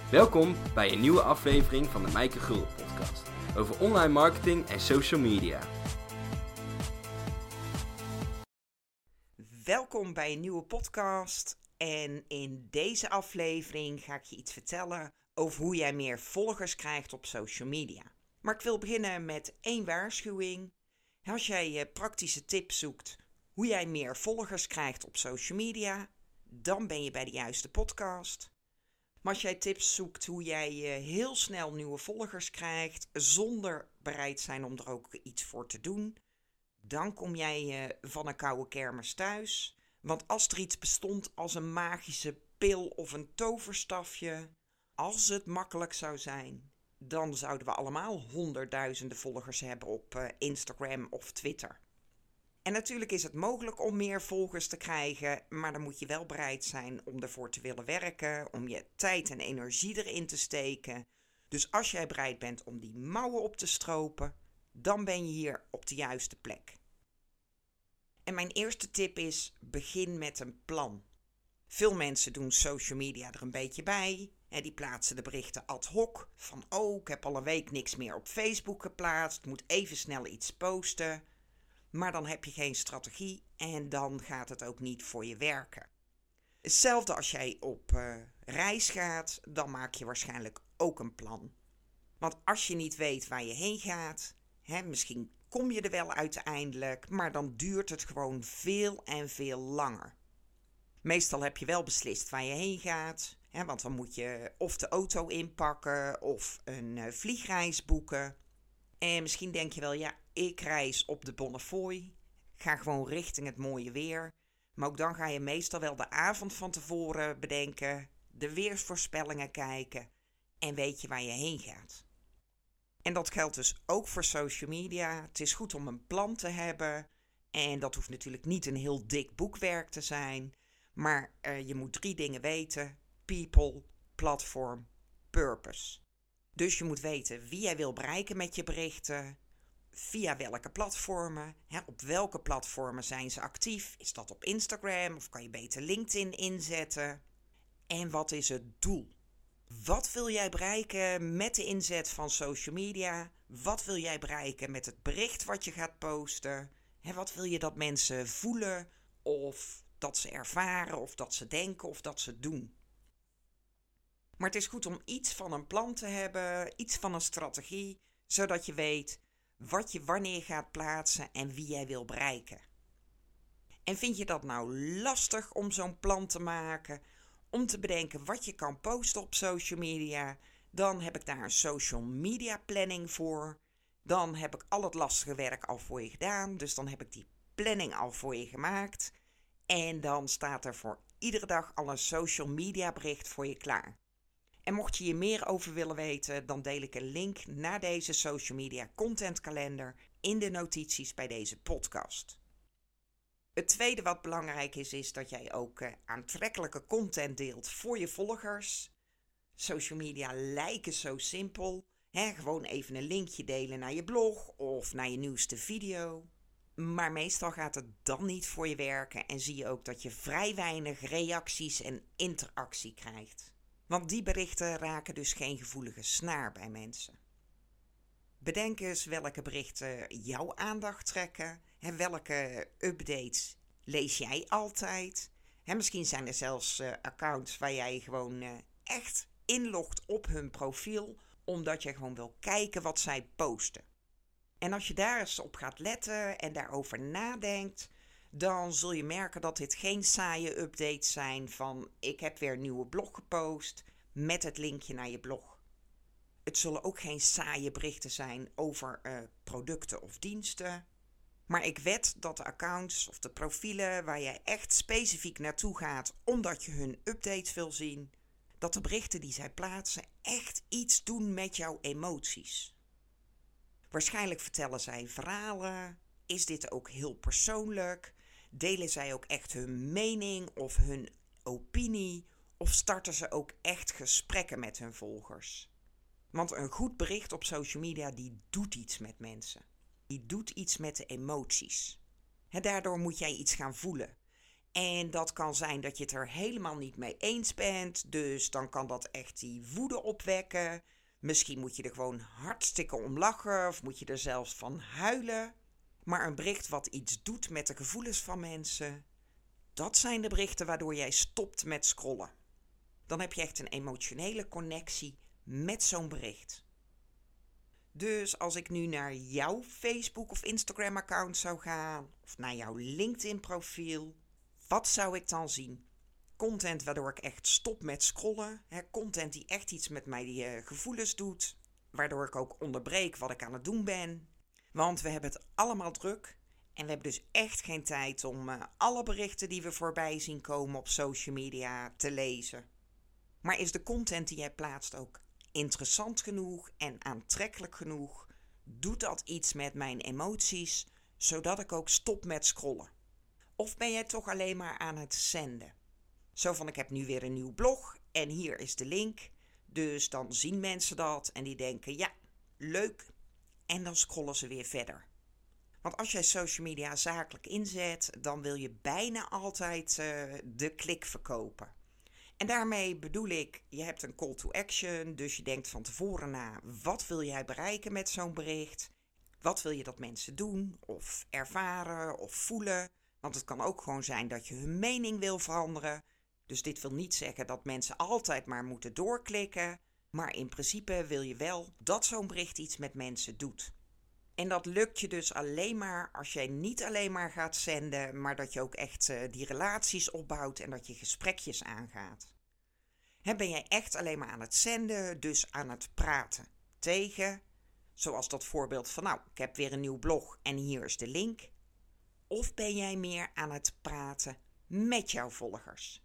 Welkom bij een nieuwe aflevering van de Mijke Gul podcast over online marketing en social media. Welkom bij een nieuwe podcast en in deze aflevering ga ik je iets vertellen over hoe jij meer volgers krijgt op social media. Maar ik wil beginnen met één waarschuwing. Als jij praktische tips zoekt hoe jij meer volgers krijgt op social media, dan ben je bij de juiste podcast. Maar als jij tips zoekt hoe jij heel snel nieuwe volgers krijgt zonder bereid zijn om er ook iets voor te doen, dan kom jij van een koude kermis thuis. Want als er iets bestond als een magische pil of een toverstafje, als het makkelijk zou zijn, dan zouden we allemaal honderdduizenden volgers hebben op Instagram of Twitter. En natuurlijk is het mogelijk om meer volgers te krijgen, maar dan moet je wel bereid zijn om ervoor te willen werken, om je tijd en energie erin te steken. Dus als jij bereid bent om die mouwen op te stropen, dan ben je hier op de juiste plek. En mijn eerste tip is, begin met een plan. Veel mensen doen social media er een beetje bij. Die plaatsen de berichten ad hoc van, ik heb al een week niks meer op Facebook geplaatst, ik moet even snel iets posten. Maar dan heb je geen strategie en dan gaat het ook niet voor je werken. Hetzelfde als jij op reis gaat, dan maak je waarschijnlijk ook een plan. Want als je niet weet waar je heen gaat, misschien kom je er wel uiteindelijk, maar dan duurt het gewoon veel en veel langer. Meestal heb je wel beslist waar je heen gaat, want dan moet je of de auto inpakken of een vliegreis boeken. En misschien denk je wel, ik reis op de Bonnefoy, ga gewoon richting het mooie weer. Maar ook dan ga je meestal wel de avond van tevoren bedenken, de weersvoorspellingen kijken en weet je waar je heen gaat. En dat geldt dus ook voor social media. Het is goed om een plan te hebben en dat hoeft natuurlijk niet een heel dik boekwerk te zijn. Maar je moet 3 dingen weten: people, platform, purpose. Dus je moet weten wie jij wil bereiken met je berichten, via welke platformen, op welke platformen zijn ze actief. Is dat op Instagram of kan je beter LinkedIn inzetten? En wat is het doel? Wat wil jij bereiken met de inzet van social media? Wat wil jij bereiken met het bericht wat je gaat posten? Wat wil je dat mensen voelen of dat ze ervaren of dat ze denken of dat ze doen? Maar het is goed om iets van een plan te hebben, iets van een strategie, zodat je weet wat je wanneer gaat plaatsen en wie jij wil bereiken. En vind je dat nou lastig om zo'n plan te maken, om te bedenken wat je kan posten op social media, dan heb ik daar een social media planning voor. Dan heb ik al het lastige werk al voor je gedaan, dus dan heb ik die planning al voor je gemaakt. En dan staat er voor iedere dag al een social media bericht voor je klaar. En mocht je hier meer over willen weten, dan deel ik een link naar deze social media content kalender in de notities bij deze podcast. Het tweede wat belangrijk is dat jij ook aantrekkelijke content deelt voor je volgers. Social media lijken zo simpel. Gewoon even een linkje delen naar je blog of naar je nieuwste video. Maar meestal gaat het dan niet voor je werken en zie je ook dat je vrij weinig reacties en interactie krijgt. Want die berichten raken dus geen gevoelige snaar bij mensen. Bedenk eens welke berichten jouw aandacht trekken. Welke updates lees jij altijd? Misschien zijn er zelfs accounts waar jij gewoon echt inlogt op hun profiel, omdat je gewoon wil kijken wat zij posten. En als je daar eens op gaat letten en daarover nadenkt, dan zul je merken dat dit geen saaie updates zijn van ik heb weer een nieuwe blog gepost met het linkje naar je blog. Het zullen ook geen saaie berichten zijn over producten of diensten. Maar ik wed dat de accounts of de profielen waar jij echt specifiek naartoe gaat omdat je hun updates wil zien, dat de berichten die zij plaatsen echt iets doen met jouw emoties. Waarschijnlijk vertellen zij verhalen. Is dit ook heel persoonlijk? Delen zij ook echt hun mening of hun opinie? Of starten ze ook echt gesprekken met hun volgers? Want een goed bericht op social media, die doet iets met mensen. Die doet iets met de emoties. Daardoor moet jij iets gaan voelen. En dat kan zijn dat je het er helemaal niet mee eens bent. Dus dan kan dat echt die woede opwekken. Misschien moet je er gewoon hartstikke om lachen of moet je er zelfs van huilen. Maar een bericht wat iets doet met de gevoelens van mensen, dat zijn de berichten waardoor jij stopt met scrollen. Dan heb je echt een emotionele connectie met zo'n bericht. Dus als ik nu naar jouw Facebook of Instagram account zou gaan, of naar jouw LinkedIn profiel, wat zou ik dan zien? Content waardoor ik echt stop met scrollen. Content die echt iets met mijn gevoelens doet. Waardoor ik ook onderbreek wat ik aan het doen ben. Want we hebben het allemaal druk. En we hebben dus echt geen tijd om alle berichten die we voorbij zien komen op social media te lezen. Maar is de content die jij plaatst ook interessant genoeg en aantrekkelijk genoeg? Doet dat iets met mijn emoties, zodat ik ook stop met scrollen? Of ben jij toch alleen maar aan het zenden? Zo van, ik heb nu weer een nieuw blog en hier is de link. Dus dan zien mensen dat en die denken, ja, leuk. En dan scrollen ze weer verder. Want als jij social media zakelijk inzet, dan wil je bijna altijd de klik verkopen. En daarmee bedoel ik, je hebt een call to action, dus je denkt van tevoren na, wat wil jij bereiken met zo'n bericht? Wat wil je dat mensen doen of ervaren of voelen? Want het kan ook gewoon zijn dat je hun mening wil veranderen. Dus dit wil niet zeggen dat mensen altijd maar moeten doorklikken. Maar in principe wil je wel dat zo'n bericht iets met mensen doet. En dat lukt je dus alleen maar als jij niet alleen maar gaat zenden, maar dat je ook echt die relaties opbouwt en dat je gesprekjes aangaat. Ben jij echt alleen maar aan het zenden, dus aan het praten tegen, zoals dat voorbeeld van nou, ik heb weer een nieuw blog en hier is de link. Of ben jij meer aan het praten met jouw volgers?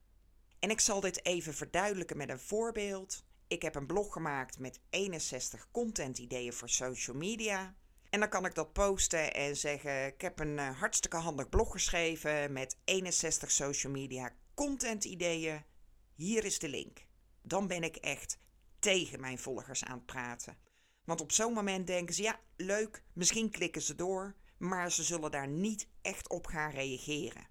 En ik zal dit even verduidelijken met een voorbeeld. Ik heb een blog gemaakt met 61 content ideeën voor social media. En dan kan ik dat posten en zeggen, ik heb een hartstikke handig blog geschreven met 61 social media content ideeën. Hier is de link. Dan ben ik echt tegen mijn volgers aan het praten. Want op zo'n moment denken ze, ja, leuk, misschien klikken ze door, maar ze zullen daar niet echt op gaan reageren.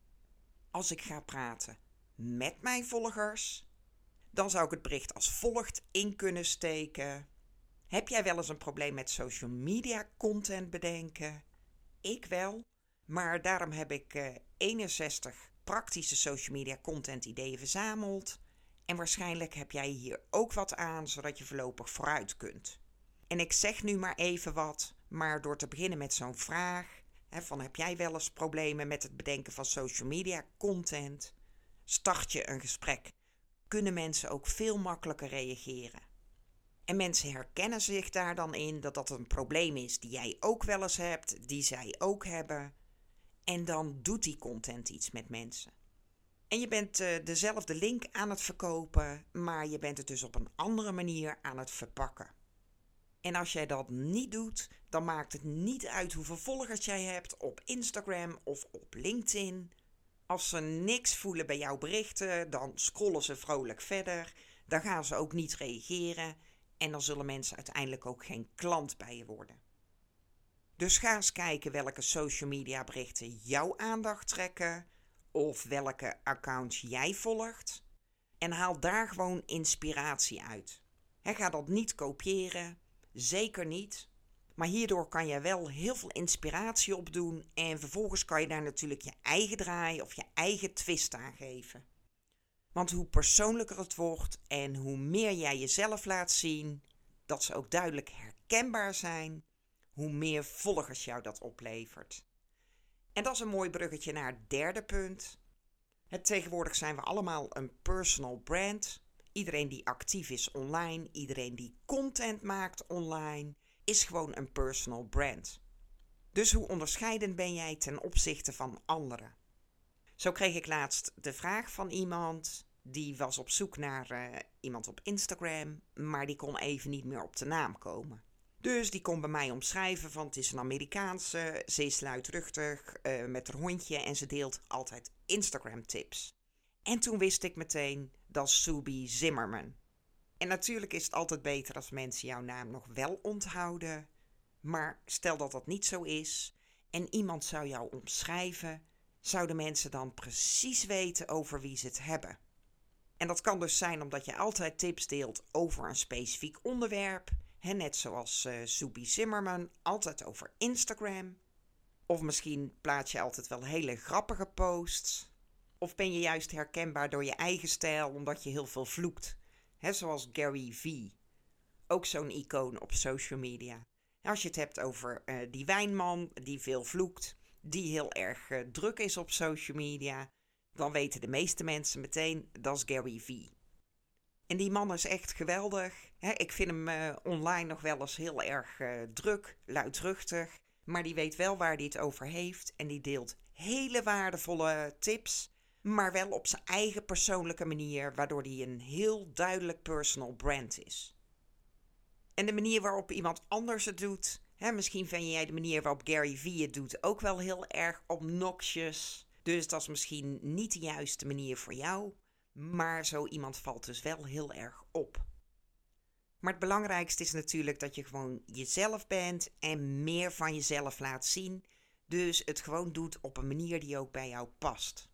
Als ik ga praten met mijn volgers, dan zou ik het bericht als volgt in kunnen steken. Heb jij wel eens een probleem met social media content bedenken? Ik wel, maar daarom heb ik 61 praktische social media content ideeën verzameld. En waarschijnlijk heb jij hier ook wat aan, zodat je voorlopig vooruit kunt. En ik zeg nu maar even wat, maar door te beginnen met zo'n vraag, van heb jij wel eens problemen met het bedenken van social media content? Start je een gesprek. Kunnen mensen ook veel makkelijker reageren. En mensen herkennen zich daar dan in dat dat een probleem is die jij ook wel eens hebt, die zij ook hebben. En dan doet die content iets met mensen. En je bent dezelfde link aan het verkopen, maar je bent het dus op een andere manier aan het verpakken. En als jij dat niet doet, dan maakt het niet uit hoeveel volgers jij hebt op Instagram of op LinkedIn. Als ze niks voelen bij jouw berichten, dan scrollen ze vrolijk verder. Dan gaan ze ook niet reageren. En dan zullen mensen uiteindelijk ook geen klant bij je worden. Dus ga eens kijken welke social media berichten jouw aandacht trekken. Of welke accounts jij volgt. En haal daar gewoon inspiratie uit. Ga dat niet kopiëren. Zeker niet. Maar hierdoor kan je wel heel veel inspiratie opdoen. En vervolgens kan je daar natuurlijk je eigen draai of je eigen twist aan geven. Want hoe persoonlijker het wordt en hoe meer jij jezelf laat zien, dat ze ook duidelijk herkenbaar zijn, hoe meer volgers jou dat oplevert. En dat is een mooi bruggetje naar het derde punt. Tegenwoordig zijn we allemaal een personal brand. Iedereen die actief is online, iedereen die content maakt online, is gewoon een personal brand. Dus hoe onderscheidend ben jij ten opzichte van anderen? Zo kreeg ik laatst de vraag van iemand, die was op zoek naar iemand op Instagram, maar die kon even niet meer op de naam komen. Dus die kon bij mij omschrijven van het is een Amerikaanse, ze is luidruchtig met haar hondje en ze deelt altijd Instagram tips. En toen wist ik meteen, dat is Subi Zimmerman. En natuurlijk is het altijd beter als mensen jouw naam nog wel onthouden, maar stel dat dat niet zo is en iemand zou jou omschrijven, zouden mensen dan precies weten over wie ze het hebben. En dat kan dus zijn omdat je altijd tips deelt over een specifiek onderwerp. Net zoals Soepie Zimmerman, altijd over Instagram. Of misschien plaats je altijd wel hele grappige posts. Of ben je juist herkenbaar door je eigen stijl omdat je heel veel vloekt. Zoals Gary V. Ook zo'n icoon op social media. Als je het hebt over die wijnman die veel vloekt, die heel erg druk is op social media, dan weten de meeste mensen meteen, dat is Gary V. En die man is echt geweldig. Ik vind hem online nog wel eens heel erg druk, luidruchtig. Maar die weet wel waar hij het over heeft. En die deelt hele waardevolle tips. Maar wel op zijn eigen persoonlijke manier. Waardoor hij een heel duidelijk personal brand is. En de manier waarop iemand anders het doet. Misschien vind jij de manier waarop Gary V het doet ook wel heel erg obnoxious. Dus dat is misschien niet de juiste manier voor jou. Maar zo iemand valt dus wel heel erg op. Maar het belangrijkste is natuurlijk dat je gewoon jezelf bent en meer van jezelf laat zien. Dus het gewoon doet op een manier die ook bij jou past.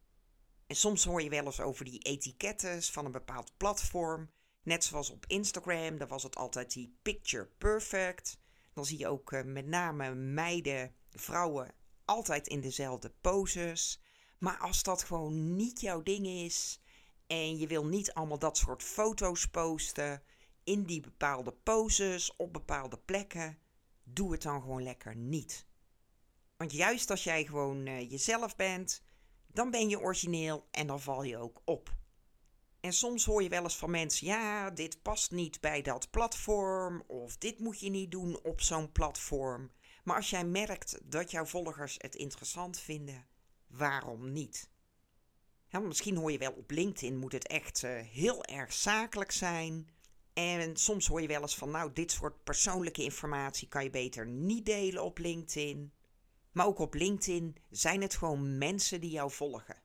En soms hoor je wel eens over die etiketten van een bepaald platform. Net zoals op Instagram, daar was het altijd die picture perfect. Dan zie je ook met name meiden, vrouwen, altijd in dezelfde poses. Maar als dat gewoon niet jouw ding is en je wil niet allemaal dat soort foto's posten in die bepaalde poses op bepaalde plekken, doe het dan gewoon lekker niet. Want juist als jij gewoon jezelf bent, dan ben je origineel en dan val je ook op. En soms hoor je wel eens van mensen, ja, dit past niet bij dat platform of dit moet je niet doen op zo'n platform. Maar als jij merkt dat jouw volgers het interessant vinden, waarom niet? Misschien hoor je wel op LinkedIn moet het echt heel erg zakelijk zijn. En soms hoor je wel eens van, nou, dit soort persoonlijke informatie kan je beter niet delen op LinkedIn. Maar ook op LinkedIn zijn het gewoon mensen die jou volgen.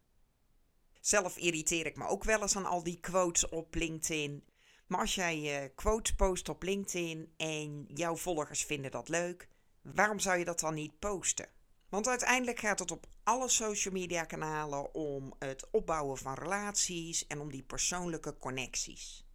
Zelf irriteer ik me ook wel eens aan al die quotes op LinkedIn. Maar als jij quotes post op LinkedIn en jouw volgers vinden dat leuk, waarom zou je dat dan niet posten? Want uiteindelijk gaat het op alle social media kanalen om het opbouwen van relaties en om die persoonlijke connecties.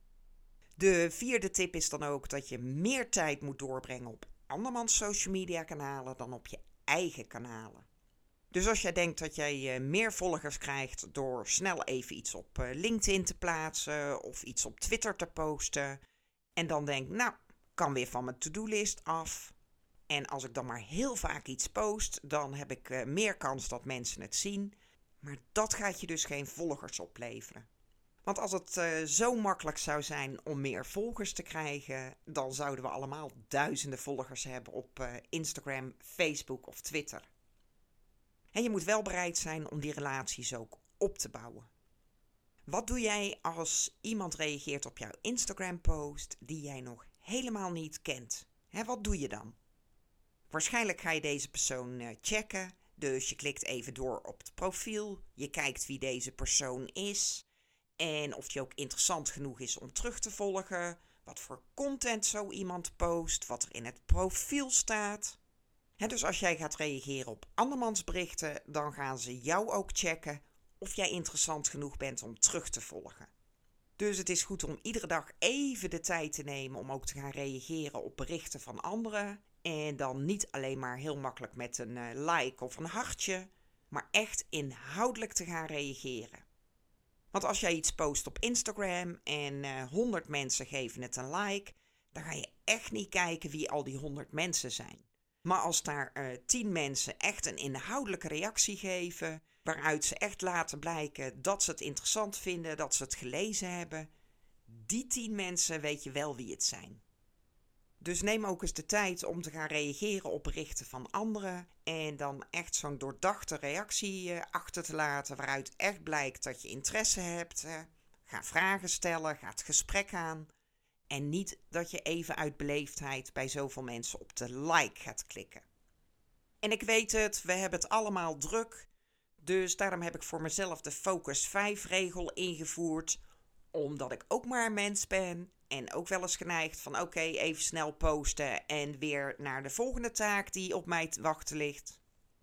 De vierde tip is dan ook dat je meer tijd moet doorbrengen op andermans social media kanalen dan op je eigen kanalen. Dus als jij denkt dat jij meer volgers krijgt door snel even iets op LinkedIn te plaatsen of iets op Twitter te posten en dan denkt, nou, kan weer van mijn to-do-list af. En als ik dan maar heel vaak iets post, dan heb ik meer kans dat mensen het zien. Maar dat gaat je dus geen volgers opleveren. Want als het zo makkelijk zou zijn om meer volgers te krijgen, dan zouden we allemaal duizenden volgers hebben op Instagram, Facebook of Twitter. En je moet wel bereid zijn om die relaties ook op te bouwen. Wat doe jij als iemand reageert op jouw Instagram-post die jij nog helemaal niet kent? Wat doe je dan? Waarschijnlijk ga je deze persoon checken, dus je klikt even door op het profiel, je kijkt wie deze persoon is en of die ook interessant genoeg is om terug te volgen, wat voor content zo iemand post, wat er in het profiel staat. Dus als jij gaat reageren op andermans berichten, dan gaan ze jou ook checken of jij interessant genoeg bent om terug te volgen. Dus het is goed om iedere dag even de tijd te nemen om ook te gaan reageren op berichten van anderen. En dan niet alleen maar heel makkelijk met een like of een hartje, maar echt inhoudelijk te gaan reageren. Want als jij iets post op Instagram en 100 mensen geven het een like, dan ga je echt niet kijken wie al die 100 mensen zijn. Maar als daar 10 mensen echt een inhoudelijke reactie geven, waaruit ze echt laten blijken dat ze het interessant vinden, dat ze het gelezen hebben, die 10 mensen weet je wel wie het zijn. Dus neem ook eens de tijd om te gaan reageren op berichten van anderen en dan echt zo'n doordachte reactie achter te laten waaruit echt blijkt dat je interesse hebt. Ga vragen stellen, ga het gesprek aan en niet dat je even uit beleefdheid bij zoveel mensen op de like gaat klikken. En ik weet het, we hebben het allemaal druk, dus daarom heb ik voor mezelf de Focus 5 regel ingevoerd, omdat ik ook maar een mens ben. En ook wel eens geneigd van oké, even snel posten en weer naar de volgende taak die op mij te wachten ligt.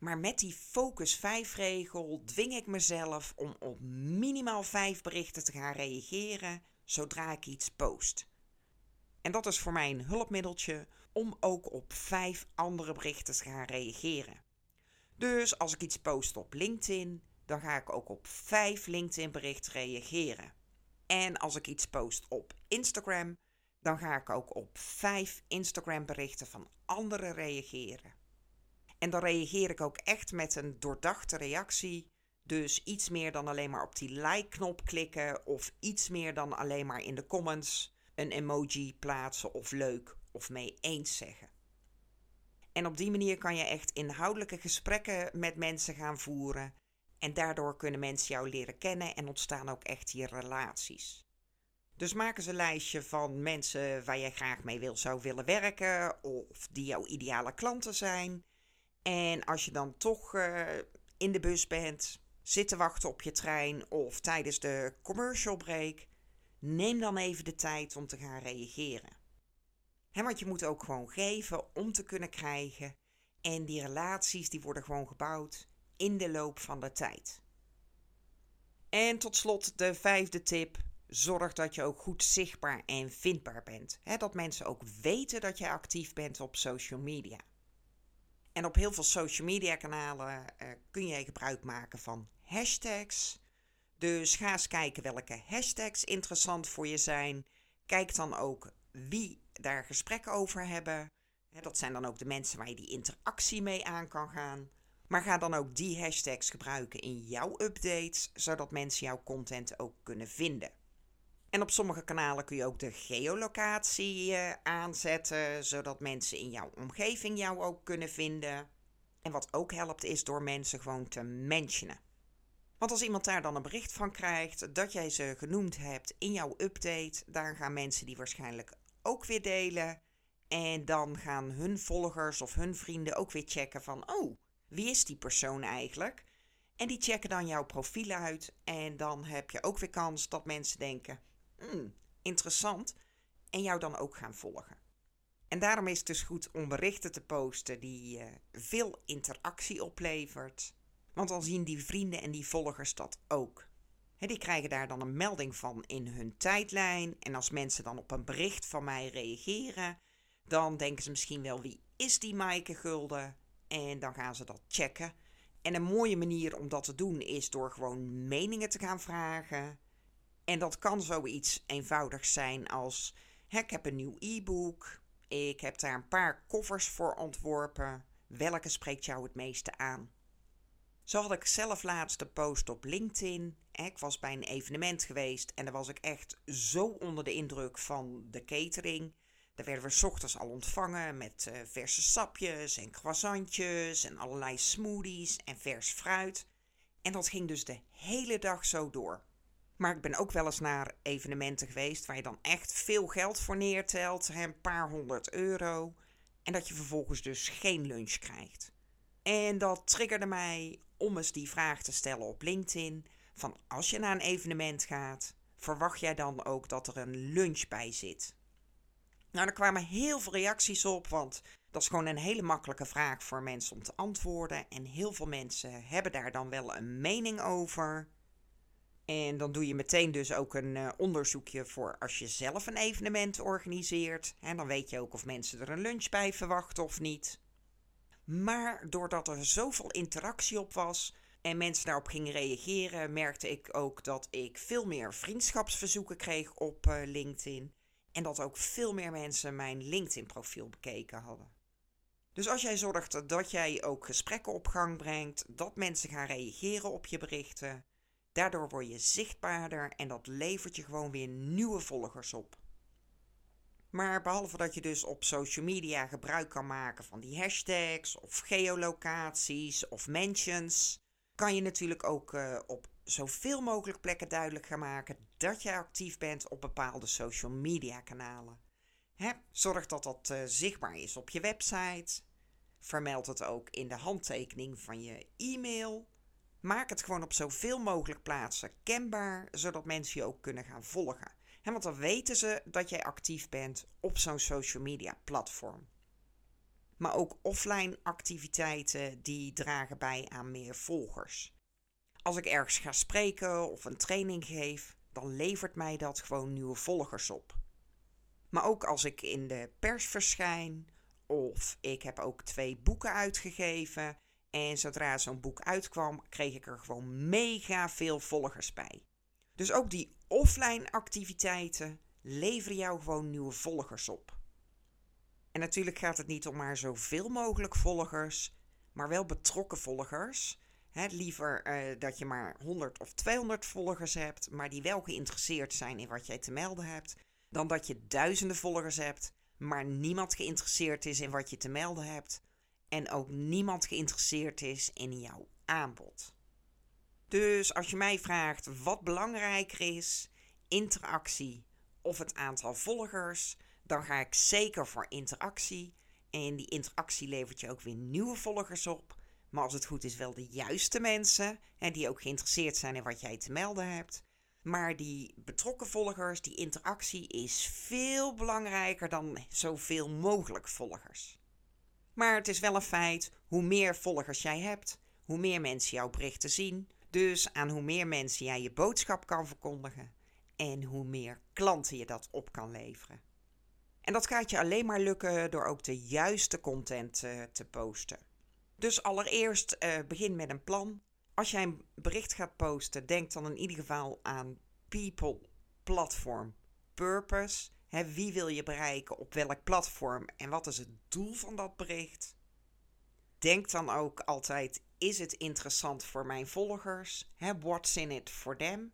Maar met die focus 5 regel dwing ik mezelf om op minimaal 5 berichten te gaan reageren zodra ik iets post. En dat is voor mij een hulpmiddeltje om ook op 5 andere berichten te gaan reageren. Dus als ik iets post op LinkedIn, dan ga ik ook op 5 LinkedIn berichten reageren. En als ik iets post op Instagram, dan ga ik ook op 5 Instagram berichten van anderen reageren. En dan reageer ik ook echt met een doordachte reactie. Dus iets meer dan alleen maar op die like-knop klikken of iets meer dan alleen maar in de comments een emoji plaatsen of leuk of mee eens zeggen. En op die manier kan je echt inhoudelijke gesprekken met mensen gaan voeren. En daardoor kunnen mensen jou leren kennen en ontstaan ook echt die relaties. Dus maak eens een lijstje van mensen waar je graag mee zou willen werken of die jouw ideale klanten zijn. En als je dan toch in de bus bent, zit te wachten op je trein of tijdens de commercial break, neem dan even de tijd om te gaan reageren. Want je moet ook gewoon geven om te kunnen krijgen. En die relaties die worden gewoon gebouwd in de loop van de tijd. En tot slot de 5e tip. Zorg dat je ook goed zichtbaar en vindbaar bent. Dat mensen ook weten dat je actief bent op social media. En op heel veel social media kanalen kun je gebruik maken van hashtags. Dus ga eens kijken welke hashtags interessant voor je zijn. Kijk dan ook wie daar gesprekken over hebben. Dat zijn dan ook de mensen waar je die interactie mee aan kan gaan. Maar ga dan ook die hashtags gebruiken in jouw updates, zodat mensen jouw content ook kunnen vinden. En op sommige kanalen kun je ook de geolocatie aanzetten, zodat mensen in jouw omgeving jou ook kunnen vinden. En wat ook helpt is door mensen gewoon te mentionen. Want als iemand daar dan een bericht van krijgt dat jij ze genoemd hebt in jouw update, dan gaan mensen die waarschijnlijk ook weer delen. En dan gaan hun volgers of hun vrienden ook weer checken van, oh, wie is die persoon eigenlijk? En die checken dan jouw profiel uit en dan heb je ook weer kans dat mensen denken, interessant, en jou dan ook gaan volgen. En daarom is het dus goed om berichten te posten die veel interactie oplevert. Want dan zien die vrienden en die volgers dat ook. Die krijgen daar dan een melding van in hun tijdlijn. En als mensen dan op een bericht van mij reageren, dan denken ze misschien wel, wie is die Maaike Gulden? En dan gaan ze dat checken. En een mooie manier om dat te doen is door gewoon meningen te gaan vragen. En dat kan zoiets eenvoudigs zijn als, ik heb een nieuw e-book. Ik heb daar een paar covers voor ontworpen. Welke spreekt jou het meeste aan? Zo had ik zelf laatst een post op LinkedIn. Ik was bij een evenement geweest en daar was ik echt zo onder de indruk van de catering. Daar werden we 's ochtends al ontvangen met verse sapjes en croissantjes en allerlei smoothies en vers fruit. En dat ging dus de hele dag zo door. Maar ik ben ook wel eens naar evenementen geweest waar je dan echt veel geld voor neertelt, een paar €100. En dat je vervolgens dus geen lunch krijgt. En dat triggerde mij om eens die vraag te stellen op LinkedIn. Van als je naar een evenement gaat, verwacht jij dan ook dat er een lunch bij zit? Nou, er kwamen heel veel reacties op, want dat is gewoon een hele makkelijke vraag voor mensen om te antwoorden. En heel veel mensen hebben daar dan wel een mening over. En dan doe je meteen dus ook een onderzoekje voor als je zelf een evenement organiseert. En dan weet je ook of mensen er een lunch bij verwachten of niet. Maar doordat er zoveel interactie op was en mensen daarop gingen reageren, merkte ik ook dat ik veel meer vriendschapsverzoeken kreeg op LinkedIn. En dat ook veel meer mensen mijn LinkedIn-profiel bekeken hadden. Dus als jij zorgt dat jij ook gesprekken op gang brengt, dat mensen gaan reageren op je berichten, daardoor word je zichtbaarder en dat levert je gewoon weer nieuwe volgers op. Maar behalve dat je dus op social media gebruik kan maken van die hashtags of geolocaties of mentions, kan je natuurlijk ook op zoveel mogelijk plekken duidelijk gaan maken dat je actief bent op bepaalde social media kanalen. Zorg dat dat zichtbaar is op je website. Vermeld het ook in de handtekening van je e-mail. Maak het gewoon op zoveel mogelijk plaatsen kenbaar, zodat mensen je ook kunnen gaan volgen. Want dan weten ze dat jij actief bent op zo'n social media platform. Maar ook offline activiteiten die dragen bij aan meer volgers. Als ik ergens ga spreken of een training geef, dan levert mij dat gewoon nieuwe volgers op. Maar ook als ik in de pers verschijn of ik heb ook 2 boeken uitgegeven. En zodra zo'n boek uitkwam, kreeg ik er gewoon mega veel volgers bij. Dus ook die offline activiteiten leveren jou gewoon nieuwe volgers op. En natuurlijk gaat het niet om maar zoveel mogelijk volgers, maar wel betrokken volgers. Liever dat je maar 100 of 200 volgers hebt, maar die wel geïnteresseerd zijn in wat jij te melden hebt, dan dat je duizenden volgers hebt, maar niemand geïnteresseerd is in wat je te melden hebt en ook niemand geïnteresseerd is in jouw aanbod. Dus als je mij vraagt wat belangrijker is, interactie of het aantal volgers, dan ga ik zeker voor interactie. En die interactie levert je ook weer nieuwe volgers op. Maar als het goed is wel de juiste mensen en die ook geïnteresseerd zijn in wat jij te melden hebt. Maar die betrokken volgers, die interactie is veel belangrijker dan zoveel mogelijk volgers. Maar het is wel een feit, hoe meer volgers jij hebt, hoe meer mensen jouw berichten zien. Dus aan hoe meer mensen jij je boodschap kan verkondigen en hoe meer klanten je dat op kan leveren. En dat gaat je alleen maar lukken door ook de juiste content te posten. Dus allereerst begin met een plan. Als jij een bericht gaat posten, denk dan in ieder geval aan people, platform, purpose. Wie wil je bereiken op welk platform en wat is het doel van dat bericht? Denk dan ook altijd, is het interessant voor mijn volgers? What's in it for them?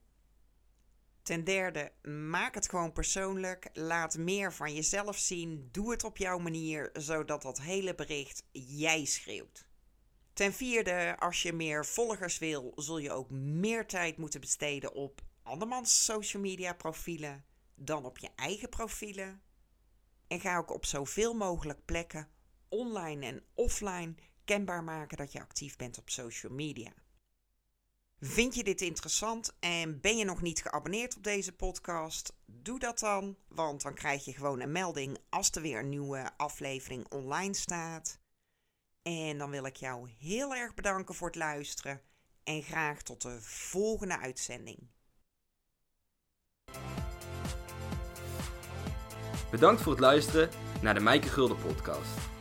Ten derde, maak het gewoon persoonlijk. Laat meer van jezelf zien. Doe het op jouw manier, zodat dat hele bericht jij schreeuwt. Ten vierde, als je meer volgers wil, zul je ook meer tijd moeten besteden op andermans social media profielen dan op je eigen profielen. En ga ook op zoveel mogelijk plekken, online en offline, kenbaar maken dat je actief bent op social media. Vind je dit interessant en ben je nog niet geabonneerd op deze podcast? Doe dat dan, want dan krijg je gewoon een melding als er weer een nieuwe aflevering online staat. En dan wil ik jou heel erg bedanken voor het luisteren en graag tot de volgende uitzending. Bedankt voor het luisteren naar de Mijke Gulden podcast.